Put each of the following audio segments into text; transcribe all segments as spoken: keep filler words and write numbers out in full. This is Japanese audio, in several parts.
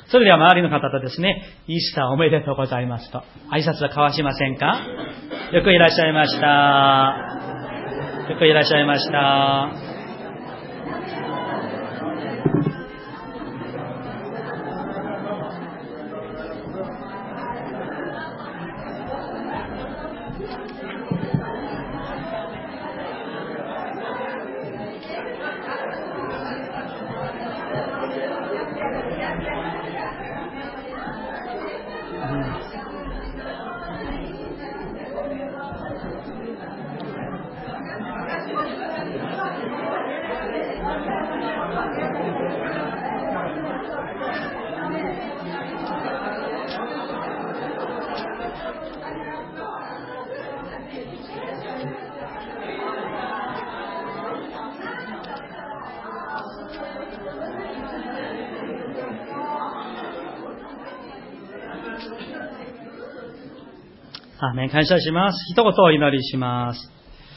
それでは周りの方とですね、イースターおめでとうございますと挨拶は交わしませんか？よくいらっしゃいました。よくいらっしゃいました。アーメン、感謝します。一言お祈りします。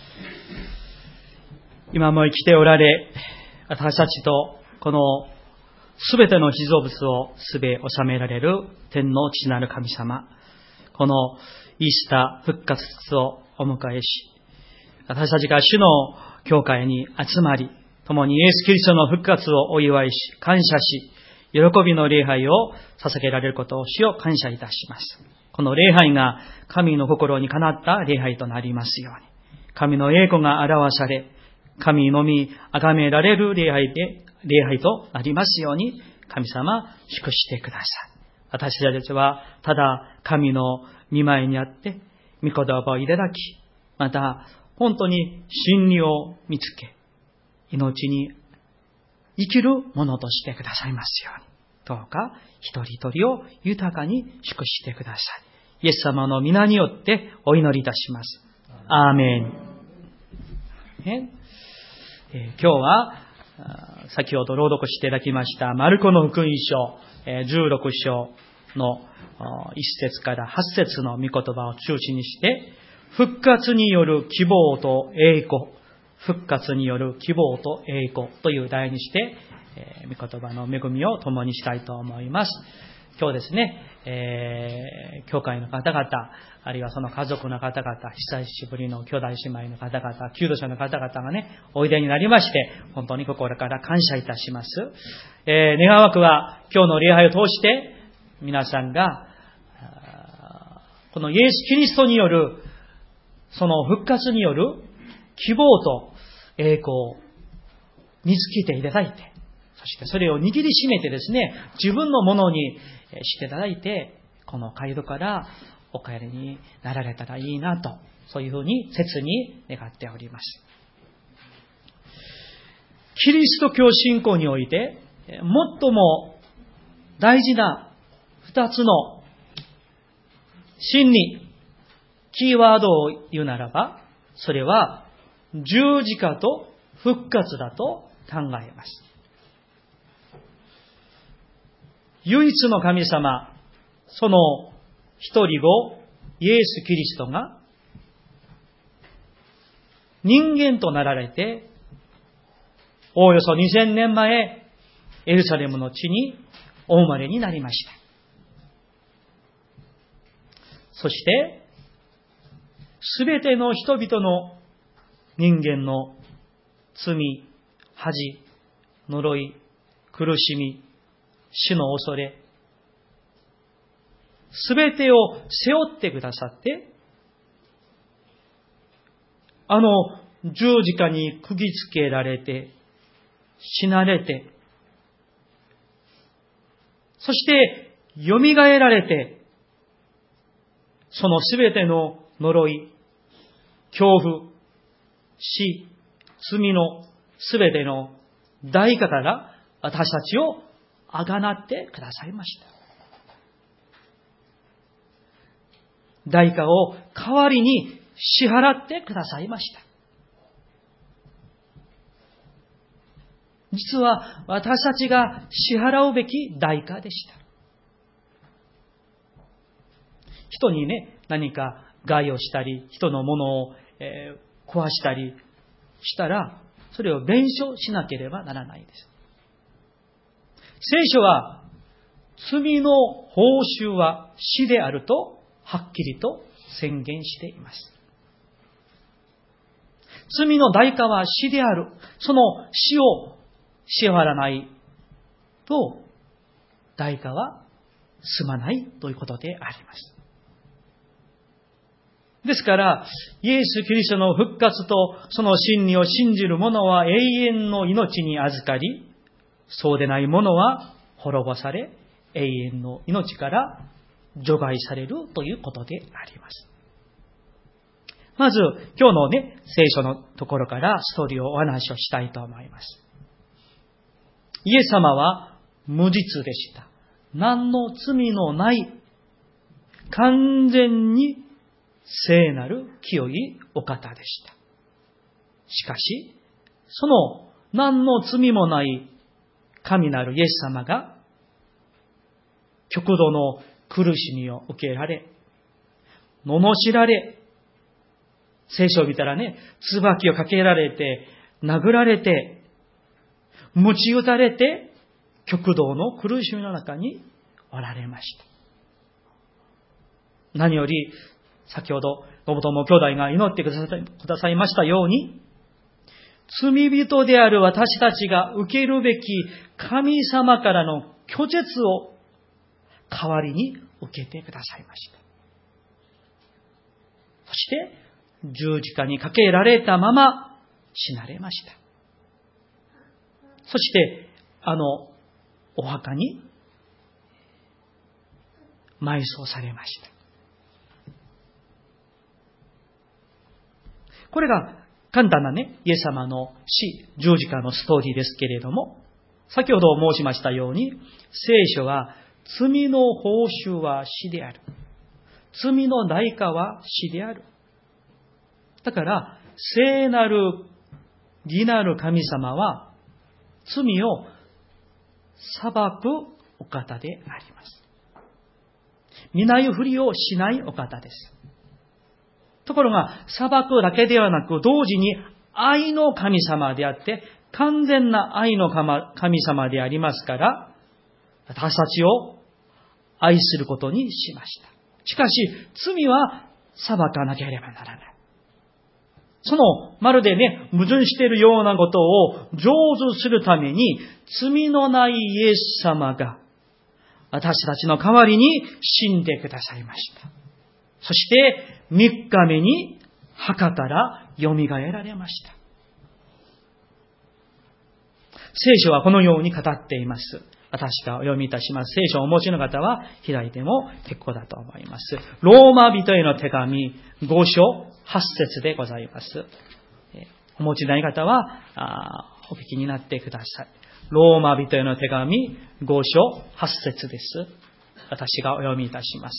今も生きておられ、私たちとこのすべての被造物をすべ収められる天の父なる神様、このイースター復活をお迎えし、私たちが主の教会に集まり、共にイエス・キリストの復活をお祝いし、感謝し、喜びの礼拝を捧げられることを主を感謝いたします。この礼拝が神の心にかなった礼拝となりますように、神の栄光が表され、神のみ崇められる礼拝で、礼拝となりますように、神様、祝してください。私たちは、ただ神の御前にあって、御言葉をいただき、また、本当に真理を見つけ、命に生きるものとしてくださいますように。どうか一人一人を豊かに祝してください。イエス様の皆によってお祈りいたします。アーメン。ねえー、今日は先ほど朗読していただきましたマルコの福音書じゅうろく章のいち節からはち節の御言葉を中心にして、復活による希望と栄光、復活による希望と栄光という題にして、えー、御言葉の恵みを共にしたいと思います。今日ですね、えー、教会の方々、あるいはその家族の方々、久しぶりの兄弟姉妹の方々、求道者の方々がね、おいでになりまして、本当に心から感謝いたします。えー、願わくは今日の礼拝を通して、皆さんが、このイエス・キリストによる、その復活による希望と栄光を見つけていただいて、そしてそれを握りしめてですね、自分のものにしていただいて、この街道からお帰りになられたらいいなと、そういうふうに切に願っております。キリスト教信仰において、最も大事な二つの真理、キーワードを言うならば、それは十字架と復活だと考えます。唯一の神様、その一人子、イエス・キリストが人間となられて、おおよそにせんねんまえ、エルサレムの地にお生まれになりました。そして、すべての人々の人間の罪、恥、呪い、苦しみ、死の恐れ、すべてを背負ってくださって、あの十字架に釘付けられて、死なれて、そして蘇られて、そのすべての呪い、恐怖、死、罪のすべての代価から私たちをあがなってくださいました。代価を代わりに支払ってくださいました。実は私たちが支払うべき代価でした。人にね、何か害をしたり、人のものを、えー、壊したりしたら、それを弁償しなければならないです。聖書は罪の報酬は死であるとはっきりと宣言しています。罪の代価は死である。その死を支払わないと代価は済まないということであります。ですから、イエス・キリストの復活とその真理を信じる者は永遠の命に預かり、そうでない者は滅ぼされ、永遠の命から除外されるということであります。まず、今日のね、聖書のところからストーリーをお話をしたいと思います。イエス様は無実でした。何の罪のない、完全に聖なる清いお方でした。しかし、その何の罪もない神なるイエス様が、極度の苦しみを受けられ、罵られ、聖書を見たらね、椿をかけられて、殴られて、鞭打たれて、極度の苦しみの中におられました。何より、先ほど、ロボトも兄弟が祈ってくださいましたように、罪人である私たちが受けるべき神様からの拒絶を代わりに受けてくださいました。そして、十字架にかけられたまま死なれました。そして、あのお墓に埋葬されました。これが簡単なね、イエス様の死、十字架のストーリーですけれども、先ほど申しましたように、聖書は罪の報酬は死である。罪の代価は死である。だから、聖なる義なる神様は、罪を裁くお方であります。見ないふりをしないお方です。ところが、裁くだけではなく、同時に愛の神様であって、完全な愛の神様でありますから、私たちを愛することにしました。しかし、罪は裁かなければならない。その、まるでね、矛盾しているようなことを成就するために、罪のないイエス様が、私たちの代わりに死んでくださいました。そして、三日目に墓から蘇られました。聖書はこのように語っています。私がお読みいたします。聖書をお持ちの方は開いても結構だと思います。ローマ人への手紙ご章はち節でございます。お持ちない方はお聞きになってください。ローマ人への手紙ご章はち節です。私がお読みいたします。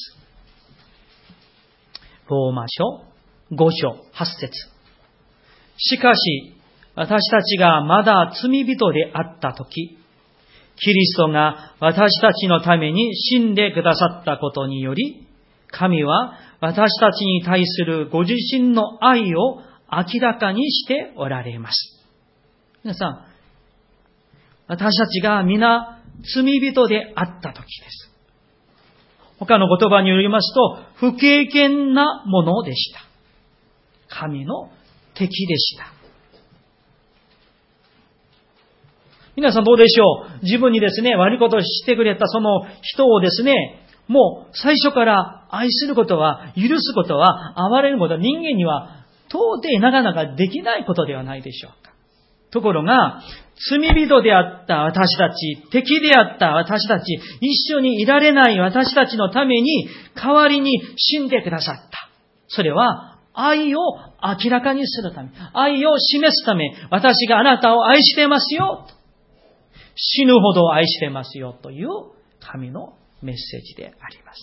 ローマ書ご章はち節。しかし、私たちがまだ罪人であったとき、キリストが私たちのために死んでくださったことにより、神は私たちに対するご自身の愛を明らかにしておられます。皆さん、私たちが皆罪人であったときです。他の言葉によりますと、不経験なものでした。神の敵でした。皆さんどうでしょう？自分にですね、悪いことをしてくれたその人をですね、もう最初から愛することは、許すことは、憐れることは人間には到底なかなかできないことではないでしょうか。ところが、罪人であった私たち、敵であった私たち、一緒にいられない私たちのために、代わりに死んでくださった。それは、愛を明らかにするため、愛を示すため、私があなたを愛してますよ、死ぬほど愛してますよという神のメッセージであります。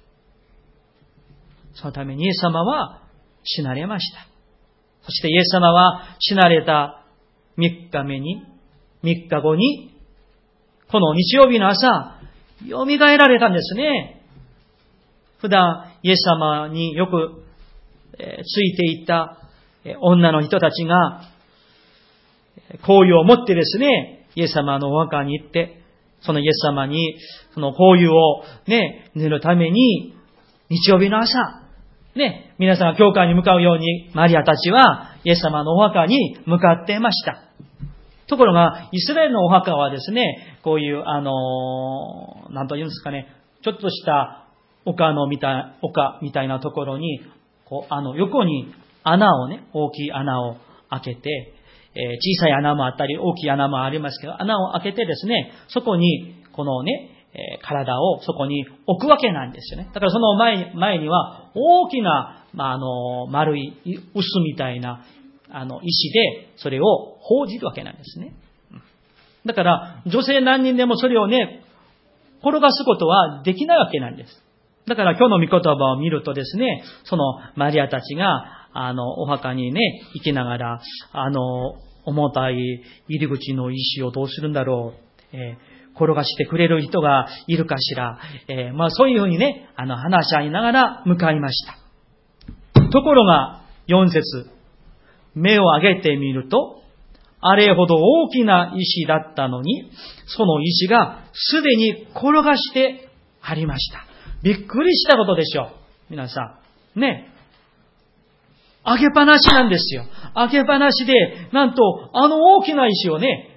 そのためにイエス様は死なれました。そしてイエス様は死なれた三日目に、三日後に、この日曜日の朝、蘇られたんですね。普段イエス様によくついていった女の人たちが、好意を持ってですね、イエス様のお墓に行って、 そのイエス様に、その香油をね、塗るために、日曜日の朝、ね、皆さんが教会に向かうように、マリアたちは、イエス様のお墓に向かっていました。ところが、イスラエルのお墓はですね、こういう、あのー、なんと言うんですかね、ちょっとした丘のみたい、丘みたいなところに、こう、あの、横に穴をね、大きい穴を開けて、えー、小さい穴もあったり、大きい穴もありますけど、穴を開けてですね、そこに、このね、えー、体をそこに置くわけなんですよね。だからその前、前には、大きな、まあ、あの、丸い、臼みたいな、あの、石で、それを報じるわけなんですね。だから、女性何人でもそれをね、転がすことはできないわけなんです。だから今日の御言葉を見るとですね、そのマリアたちが、あの、お墓にね、行きながら、あの、重たい入り口の石をどうするんだろう、えー、転がしてくれる人がいるかしら、えー、まあそういうふうにね、あの、話し合いながら向かいました。ところが、よん節、目を上げてみると、あれほど大きな石だったのに、その石がすでに転がしてありました。びっくりしたことでしょう。皆さん。ね。上げっぱなしなんですよ。上げっぱなしで、なんと、あの大きな石をね、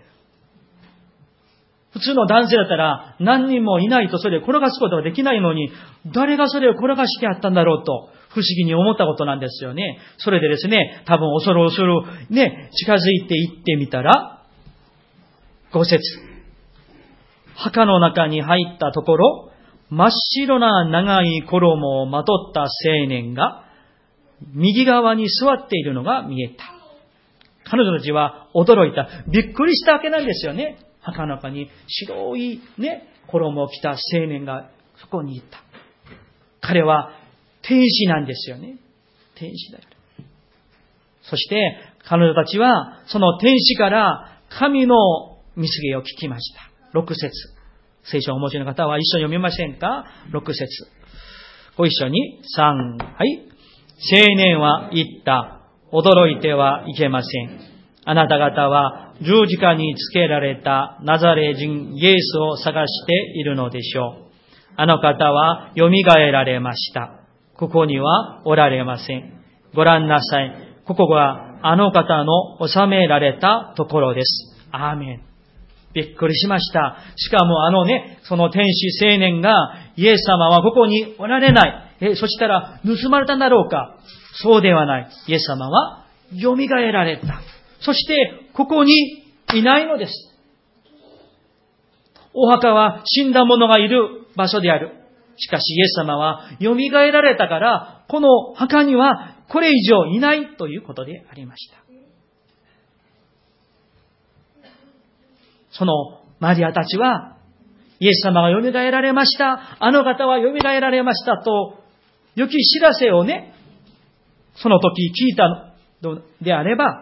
普通の男性だったら何人もいないとそれを転がすことができないのに、誰がそれを転がしてやったんだろうと、不思議に思ったことなんですよね。それでですね、多分恐る恐るね、近づいていってみたら、ご節。墓の中に入ったところ、真っ白な長い衣をまとった青年が、右側に座っているのが見えた。彼女たちは驚いた。びっくりしたわけなんですよね。墓の中に白いね、衣を着た青年がそこにいた。彼は天使なんですよね。天使だよ。そして彼女たちはその天使から神の見告げを聞きました。ろく節。聖書をお持ちの方は一緒に読みませんか？ろく節。ご一緒にさん。はい。青年は言った。驚いてはいけません。あなた方は十字架につけられたナザレ人イエスを探しているのでしょう。あの方は蘇られました。ここにはおられません。ご覧なさい。ここがあの方の収められたところです。アーメン。びっくりしました。しかもあのね、その天使青年がイエス様はここにおられない。え、そしたら盗まれたんだろうか。そうではない。イエス様は蘇られた。そして、ここにいないのです。お墓は死んだ者がいる場所である。しかし、イエス様は蘇られたから、この墓にはこれ以上いないということでありました。そのマリアたちは、イエス様が蘇られました。あの方は蘇られましたと、良き知らせをね、その時聞いたのであれば、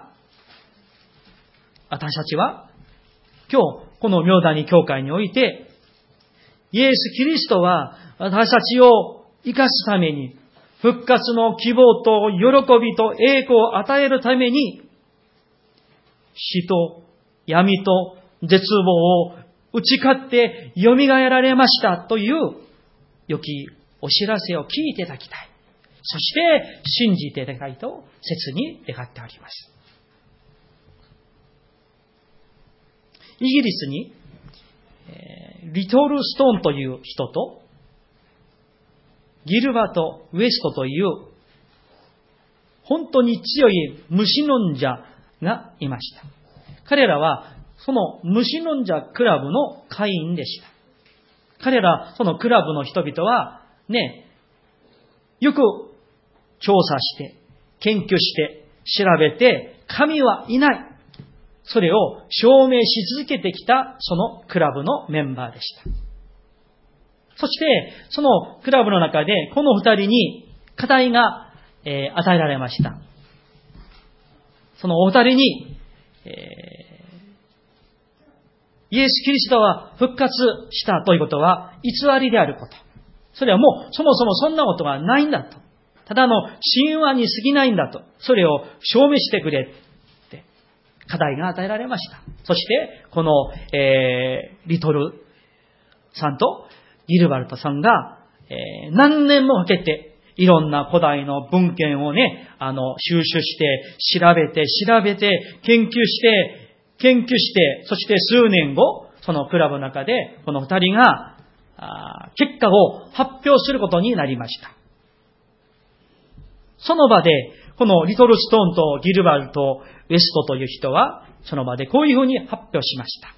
私たちは今日この明谷教会においてイエス・キリストは私たちを生かすために復活の希望と喜びと栄光を与えるために死と闇と絶望を打ち勝って蘇られましたという良きお知らせを聞いていただきたい。そして信じていただきたいと切に願っております。イギリスに、えー、リトルストーンという人と、ギルバート・ウエストという、本当に強い虫飲んじゃがいました。彼らは、その虫飲んじゃクラブの会員でした。彼ら、そのクラブの人々は、ね、よく調査して、研究して、調べて、神はいない。それを証明し続けてきたそのクラブのメンバーでした。そして、そのクラブの中でこの二人に課題が、えー、与えられました。そのお二人に、えー、イエス・キリストは復活したということは偽りであること。それはもうそもそもそんなことがないんだと。ただの神話に過ぎないんだと。それを証明してくれ。課題が与えられました。そして、この、えー、リトル、 さんとギルバルトさんが、えー、何年もかけて、いろんな古代の文献をね、あの、収集して、調べて、調べて、研究して、研究して、そして数年後、そのクラブの中で、この二人が、あ結果を発表することになりました。その場で、このリトルストーンとギルバルト・ウェストという人は、その場でこういうふうに発表しました。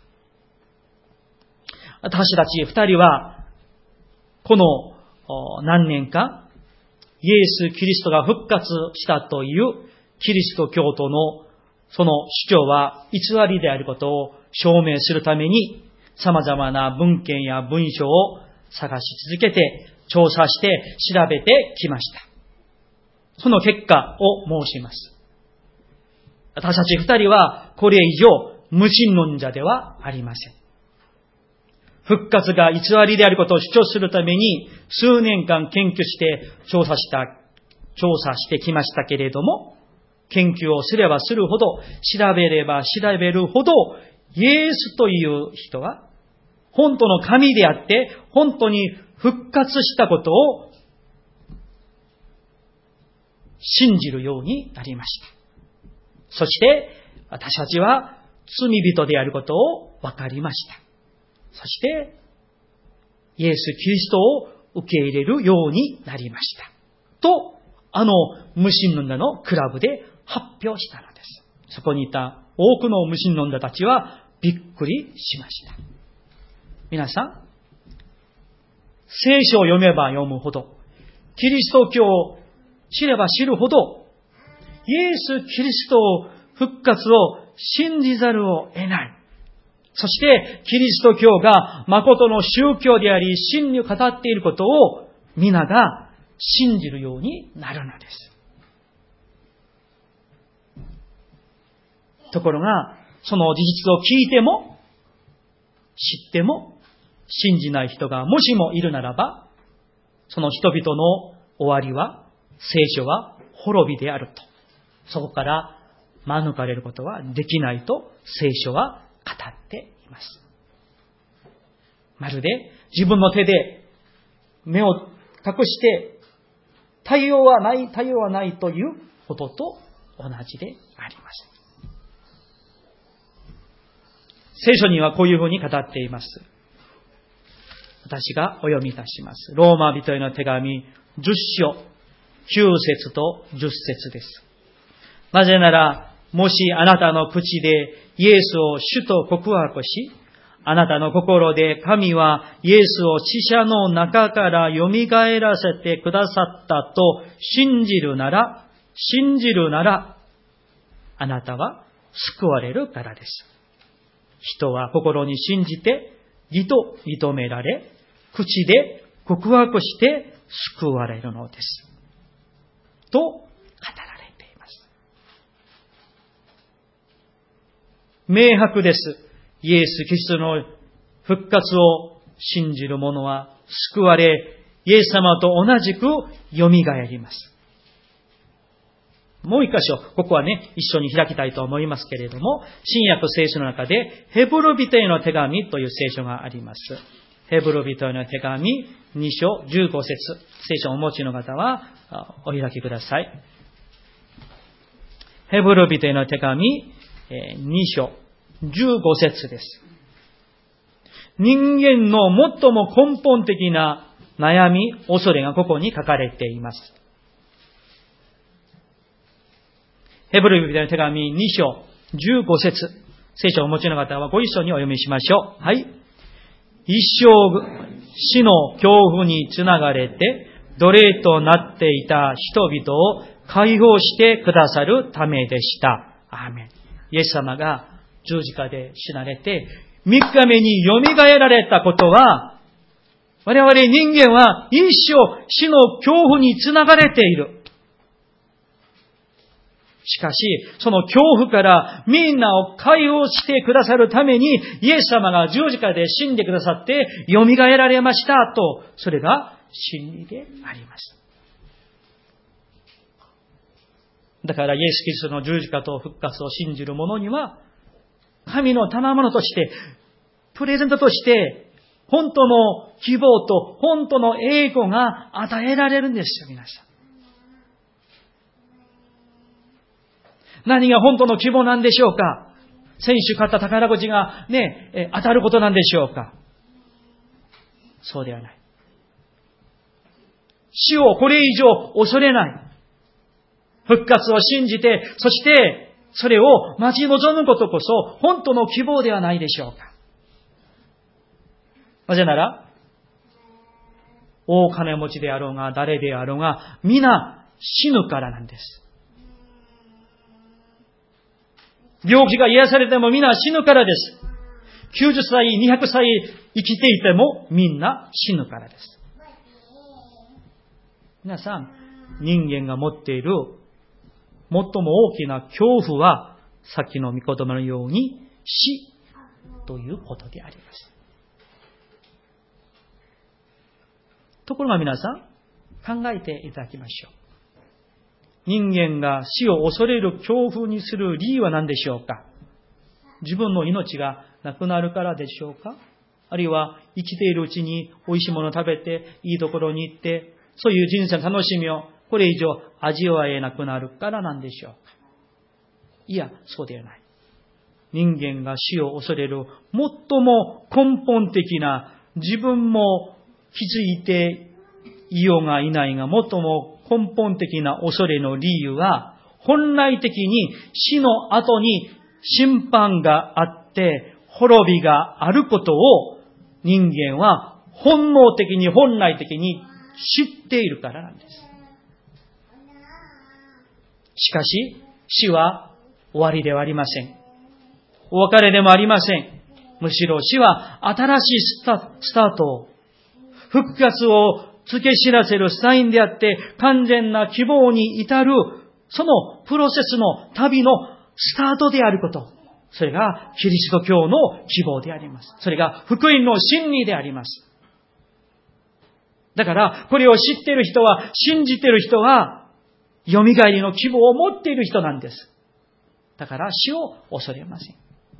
私たち二人は、この何年か、イエス・キリストが復活したというキリスト教徒のその主張は偽りであることを証明するために様々な文献や文書を探し続けて調査して調べてきました。その結果を申します。私たち二人はこれ以上無神論者ではありません。復活が偽りであることを主張するために数年間研究して調査した、調査してきましたけれども、研究をすればするほど、調べれば調べるほど、イエスという人は本当の神であって、本当に復活したことを信じるようになりました。そして私たちは罪人であることを分かりました。そして、イエス・キリストを受け入れるようになりました。と、あの無神論者のクラブで発表したのです。そこにいた多くの無神論者たちはびっくりしました。皆さん、聖書を読めば読むほど、キリスト教を知れば知るほど、イエス・キリストを復活を信じざるを得ない。そして、キリスト教が誠の宗教であり、真に語っていることを皆が信じるようになるのです。ところが、その事実を聞いても、知っても、信じない人がもしもいるならば、その人々の終わりは、聖書は滅びであると。そこから免れることはできないと聖書は語っています。まるで自分の手で目を隠して対応はない、対応はないということと同じであります。聖書にはこういうふうに語っています。私がお読みいたします。ローマ人への手紙じゅっ章きゅう節とじゅっ節です。なぜなら、もしあなたの口でイエスを主と告白し、あなたの心で神はイエスを死者の中から蘇らせてくださったと信じるなら、信じるなら、あなたは救われるからです。人は心に信じて義と認められ、口で告白して救われるのです。と語られています。明白です。イエス・キリストの復活を信じる者は救われ、イエス様と同じく蘇ります。もう一箇所、ここはね、一緒に開きたいと思いますけれども、新約聖書の中で、ヘブル人への手紙という聖書があります。ヘブル人への手紙に章じゅうご節、聖書をお持ちの方はお開きください。ヘブル人への手紙に章じゅうご節です。人間の最も根本的な悩み、恐れがここに書かれています。ヘブル人への手紙に章じゅうご節、聖書をお持ちの方はご一緒にお読みしましょう。はい。一生死の恐怖につながれて奴隷となっていた人々を解放してくださるためでした。アーメン。イエス様が十字架で死なれて三日目に蘇られたことは、我々人間は一生死の恐怖につながれている。しかし、その恐怖からみんなを解放してくださるために、イエス様が十字架で死んでくださって、蘇られましたと、それが真理であります。だから、イエス・キリストの十字架と復活を信じる者には、神の賜物として、プレゼントとして本当の希望と本当の栄光が与えられるんですよ、皆さん。何が本当の希望なんでしょうか？先週買った宝くじがね、え当たることなんでしょうか？そうではない。死をこれ以上恐れない。復活を信じて、そしてそれを待ち望むことこそ本当の希望ではないでしょうか。なぜなら、大金持ちであろうが誰であろうが皆死ぬからなんです。病気が癒されても皆死ぬからです。きゅうじゅっさい、にひゃくさい生きていてもみんな死ぬからです。皆さん、人間が持っている最も大きな恐怖は、さっきの御言葉のように死ということであります。ところが皆さん、考えていただきましょう。人間が死を恐れる恐怖にする理由は何でしょうか？自分の命がなくなるからでしょうか？あるいは生きているうちに美味しいものを食べて、いいところに行って、そういう人生の楽しみをこれ以上味わえなくなるからなんでしょうか？いや、そうではない。人間が死を恐れる最も根本的な、自分も気づいていようがいないが最も根本的な恐れの理由は、本来的に死の後に審判があって滅びがあることを人間は本能的に本来的に知っているからなんです。しかし死は終わりではありません。お別れでもありません。むしろ死は新しいスタ、スタートを、復活を付け知らせるサインであって、完全な希望に至るそのプロセスの旅のスタートであること、それがキリスト教の希望であります。それが福音の真理であります。だからこれを知っている人は、信じている人は蘇りの希望を持っている人なんです。だから死を恐れません。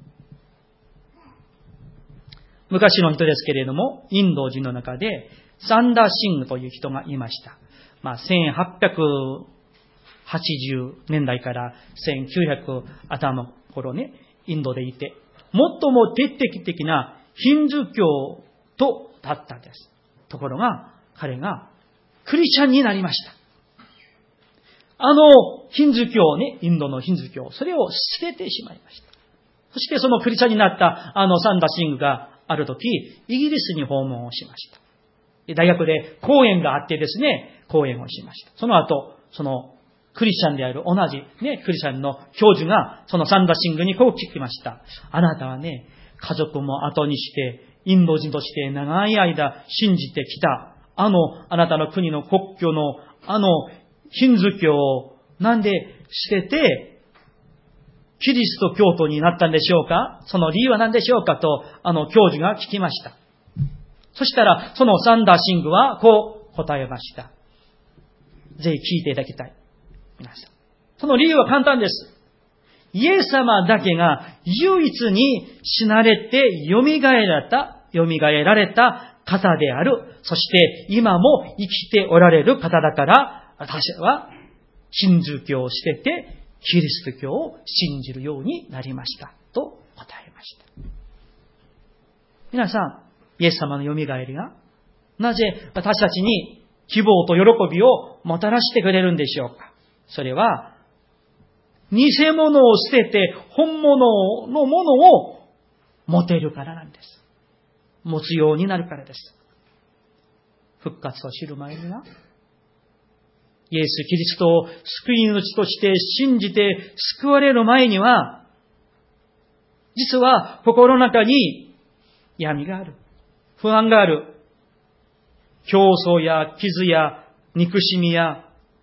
昔の人ですけれども、インド人の中でサンダーシングという人がいました。まあ、せんはっぴゃくはちじゅうねんだいからせんきゅうひゃく頭の頃ね、インドでいて、最も徹底的なヒンズー教徒だったんです。ところが、彼がクリスチャンになりました。あのヒンズー教ね、インドのヒンズー教、それを捨ててしまいました。そしてそのクリスチャンになったあのサンダーシングがある時、イギリスに訪問をしました。大学で講演があってですね、講演をしました。その後、そのクリスチャンである同じね、クリスチャンの教授が、そのサンダーシングにこう聞きました。あなたはね、家族も後にして、インド人として長い間信じてきた、あの、あなたの国の国教の、あの、ヒンズー教をなんで捨てて、キリスト教徒になったんでしょうか？その理由は何でしょうかと、あの教授が聞きました。そしたら、そのサンダーシングはこう答えました。ぜひ聞いていただきたい。皆さん。その理由は簡単です。イエス様だけが唯一に死なれて蘇られた、蘇られた方である。そして今も生きておられる方だから、私はヒンズー教を捨てて、キリスト教を信じるようになりました。と答えました。皆さん、イエス様の蘇りが、なぜ私たちに希望と喜びをもたらしてくれるんでしょうか？それは、偽物を捨てて本物のものを持てるからなんです。持つようになるからです。復活を知る前には、イエス・キリストを救い主として信じて救われる前には、実は心の中に闇がある。不安がある。競争や傷や憎しみや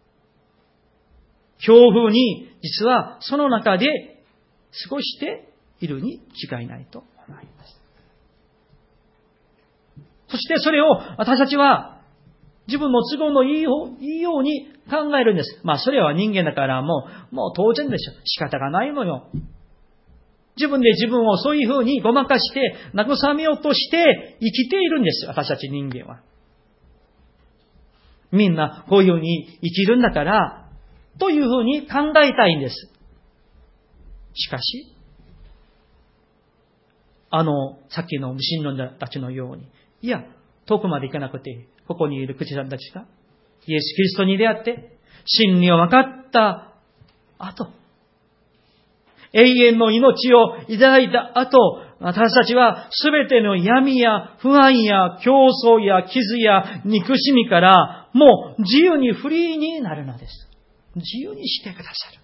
恐怖に実はその中で過ごしているに違いないと思います。そしてそれを私たちは自分の都合のいいよう、いいように考えるんです。まあそれは人間だからもう、もう当然でしょ。仕方がないのよ。 自分で自分をそういうふうにごまかして慰めようとして生きているんです。私たち人間は。みんなこういうふうに生きるんだから、というふうに考えたいんです。しかし、あの、さっきの無神論たちのように、いや、遠くまで行かなくて、ここにいるクリスチャンたちが、イエス・キリストに出会って、真理を分かった後、永遠の命をいただいた後、私たちはすべての闇や不安や競争や傷や憎しみからもう自由にフリーになるのです。自由にしてくださる。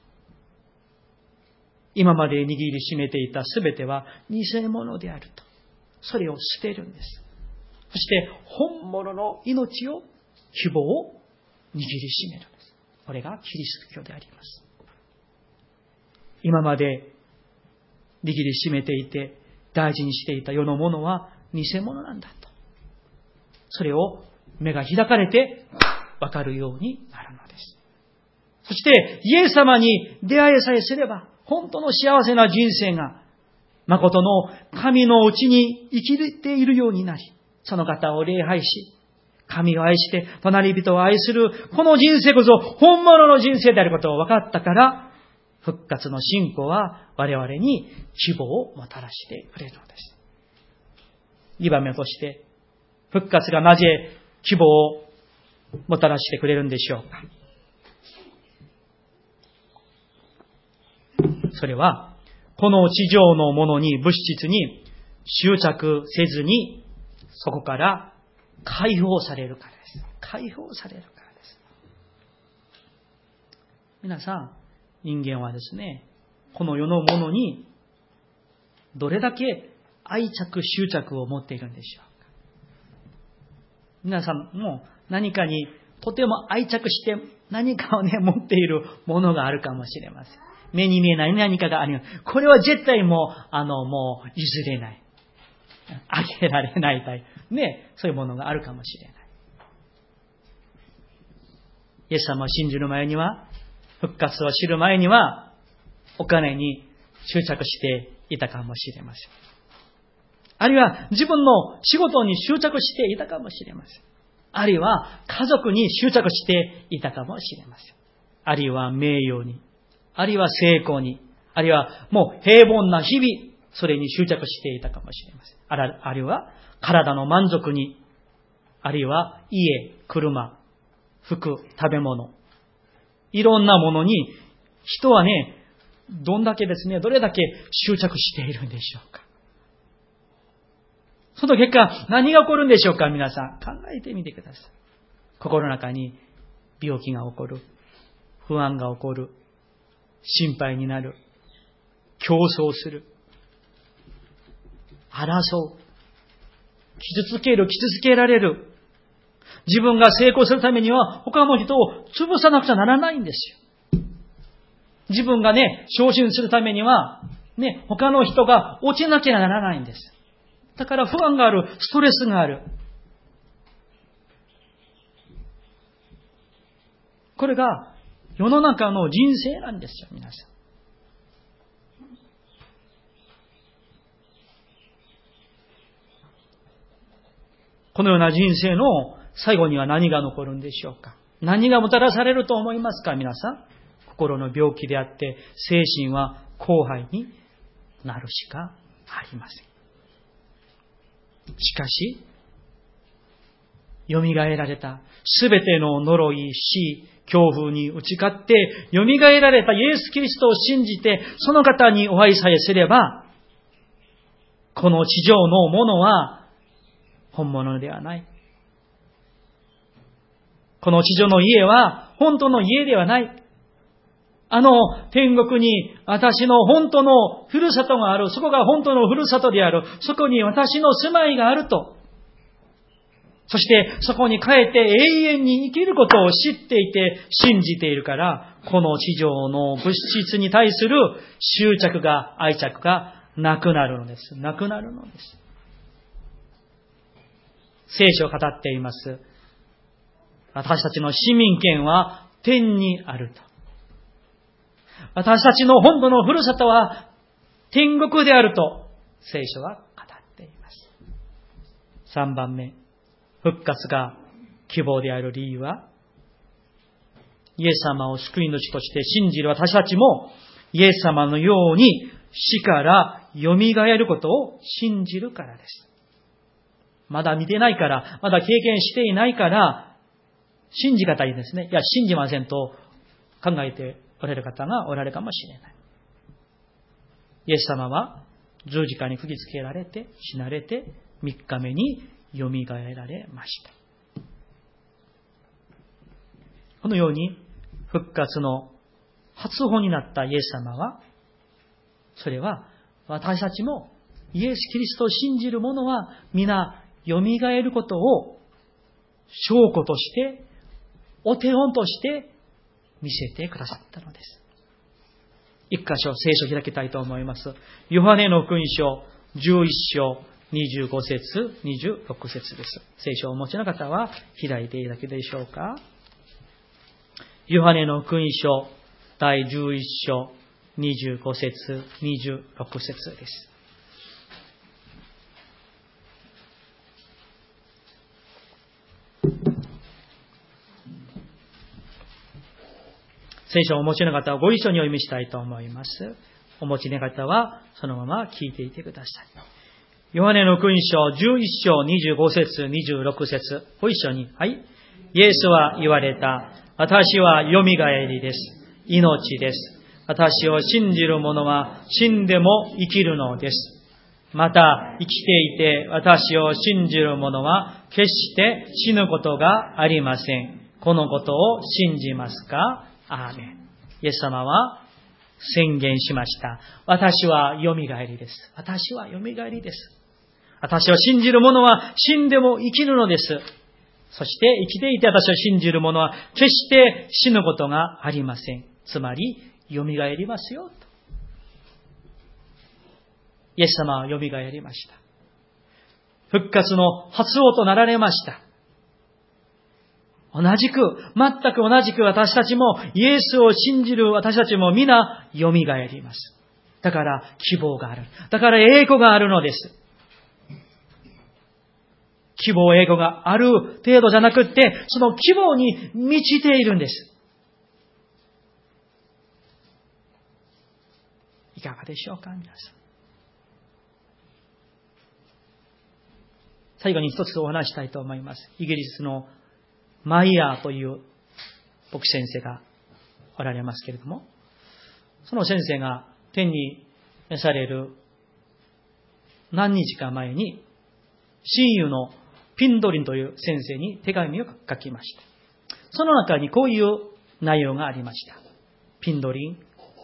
今まで握りしめていたすべては偽物であると。それを捨てるんです。そして本物の命を、希望を握りしめるんです。これがキリスト教であります。今まで握りしめていて大事にしていた世のものは偽物なんだと。それを目が開かれて分かるようになるのです。そしてイエス様に出会いさえすれば本当の幸せな人生が誠の神のうちに生きているようになり、その方を礼拝し、神を愛して隣人を愛するこの人生こそ本物の人生であることを分かったから、復活の信仰は我々に希望をもたらしてくれるのです。にばんめとして、復活がなぜ希望をもたらしてくれるんでしょうか。それは、この地上のものに、物質に執着せずに、そこから解放されるからです。解放されるからです。皆さん、人間はですね、この世のものにどれだけ愛着、執着を持っているんでしょうか。皆さんも何かにとても愛着して何かをね、持っているものがあるかもしれません。目に見えない何かがあります。これは絶対もう、あの、もう譲れない。あげられないタイプ。ね、そういうものがあるかもしれない。イエス様を信じる前には、復活を知る前には、お金に執着していたかもしれません。あるいは自分の仕事に執着していたかもしれません。あるいは家族に執着していたかもしれません。あるいは名誉に、あるいは成功に、あるいはもう平凡な日々、それに執着していたかもしれません。あるいは体の満足に、あるいは家、車、服、食べ物、いろんなものに人はね、どんだけですね、どれだけ執着しているんでしょうか。その結果、何が起こるんでしょうか、皆さん。考えてみてください。心の中に病気が起こる。不安が起こる。心配になる。競争する。争う。傷つける、傷つけられる。自分が成功するためには他の人を潰さなくちゃならないんですよ。自分がね、昇進するためには、ね、他の人が落ちなきゃならないんです。だから不安がある、ストレスがある。これが世の中の人生なんですよ、皆さん。このような人生の最後には何が残るんでしょうか。何がもたらされると思いますか、皆さん。心の病気であって、精神は荒廃になるしかありません。しかし、蘇られたすべての呪い、死、恐怖に打ち勝って、蘇られたイエス・キリストを信じて、その方にお会いさえすれば、この地上のものは本物ではない。この地上の家は本当の家ではない。あの天国に私の本当のふるさとがある。そこが本当のふるさとである。そこに私の住まいがあると。そしてそこに帰って永遠に生きることを知っていて信じているから、この地上の物質に対する執着が、愛着がなくなるのです。なくなるのです。聖書を語っています。私たちの市民権は天にあると。私たちの本当のふるさとは天国であると聖書は語っています。さんばんめ、復活が希望である理由は、イエス様を救い主として信じる私たちも、イエス様のように死から蘇ることを信じるからです。まだ見てないから、まだ経験していないから、信じがたいですね。いや、信じませんと考えておられる方がおられるかもしれない。イエス様は十字架に釘付けられて、死なれて、三日目に蘇られました。このように復活の初歩になったイエス様は、それは私たちもイエス・キリストを信じる者は皆蘇ることを証拠として、お手本として見せてくださったのです。一箇所聖書を開きたいと思います。ヨハネの福音書じゅういっ章にじゅうご節、にじゅうろく節です。聖書をお持ちの方は開いていただけでしょうか。ヨハネの福音書だいじゅういっ章にじゅうご節、にじゅうろく節です。聖書をお持ちの方はご一緒にお読みしたいと思います。お持ちの方はそのまま聞いていてください。ヨハネの福音書じゅういっ章にじゅうご節、にじゅうろく節、ご一緒に。はい。イエスは言われた。私は蘇りです。命です。私を信じる者は死んでも生きるのです。また生きていて私を信じる者は決して死ぬことがありません。このことを信じますか？アーメン。イエス様は宣言しました。私は蘇りです。私は蘇りです。私を信じる者は死んでも生きるのです。そして生きていて私を信じる者は決して死ぬことがありません。つまり蘇りますよと。イエス様は蘇りました。復活の発王となられました。同じく、全く同じく私たちも、イエスを信じる私たちも皆、蘇ります。だから、希望がある。だから、栄光があるのです。希望、栄光がある程度じゃなくって、その希望に満ちているんです。いかがでしょうか、皆さん。最後に一つお話したいと思います。イギリスのマイヤーという牧師先生がおられますけれども、その先生が天に召される何日か前に、親友のピンドリンという先生に手紙を書きました。その中にこういう内容がありました。ピンドリン、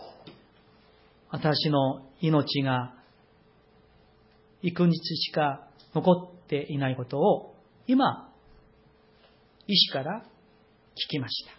私の命が幾日しか残っていないことを今、医師から聞きました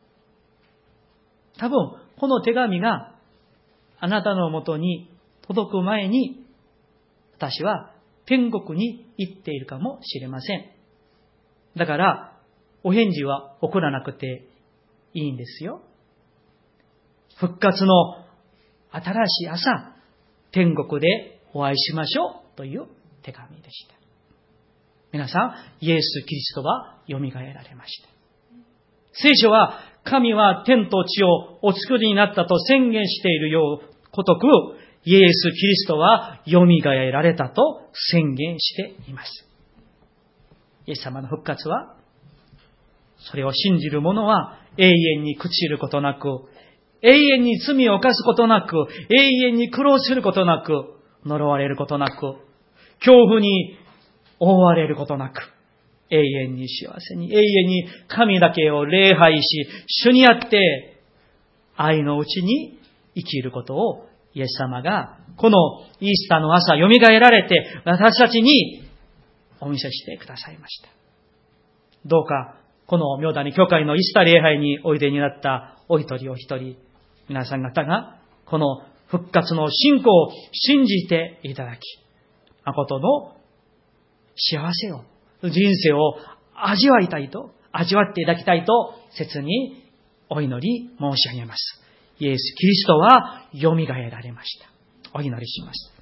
。多分、この手紙があなたのもとに届く前に、私は天国に行っているかもしれません。だから、お返事は送らなくていいんですよ。復活の新しい朝、天国でお会いしましょうという手紙でした。皆さん、イエス・キリストは蘇られました。聖書は、神は天と地をお作りになったと宣言しているようことく、イエス・キリストは蘇られたと宣言しています。イエス様の復活は、それを信じる者は永遠に朽ちることなく、永遠に罪を犯すことなく、永遠に苦労することなく、呪われることなく、恐怖に覆われることなく、永遠に幸せに、永遠に神だけを礼拝し、主にあって愛のうちに生きることをイエス様がこのイースターの朝蘇られて私たちにお見せしてくださいました。どうかこの妙谷教会のイースター礼拝においでになったお一人お一人、皆さん方がこの復活の信仰を信じていただき、誠の幸せを、人生を味わいたいと、味わっていただきたいと、切にお祈り申し上げます。イエス・キリストは蘇られました。 お祈りします。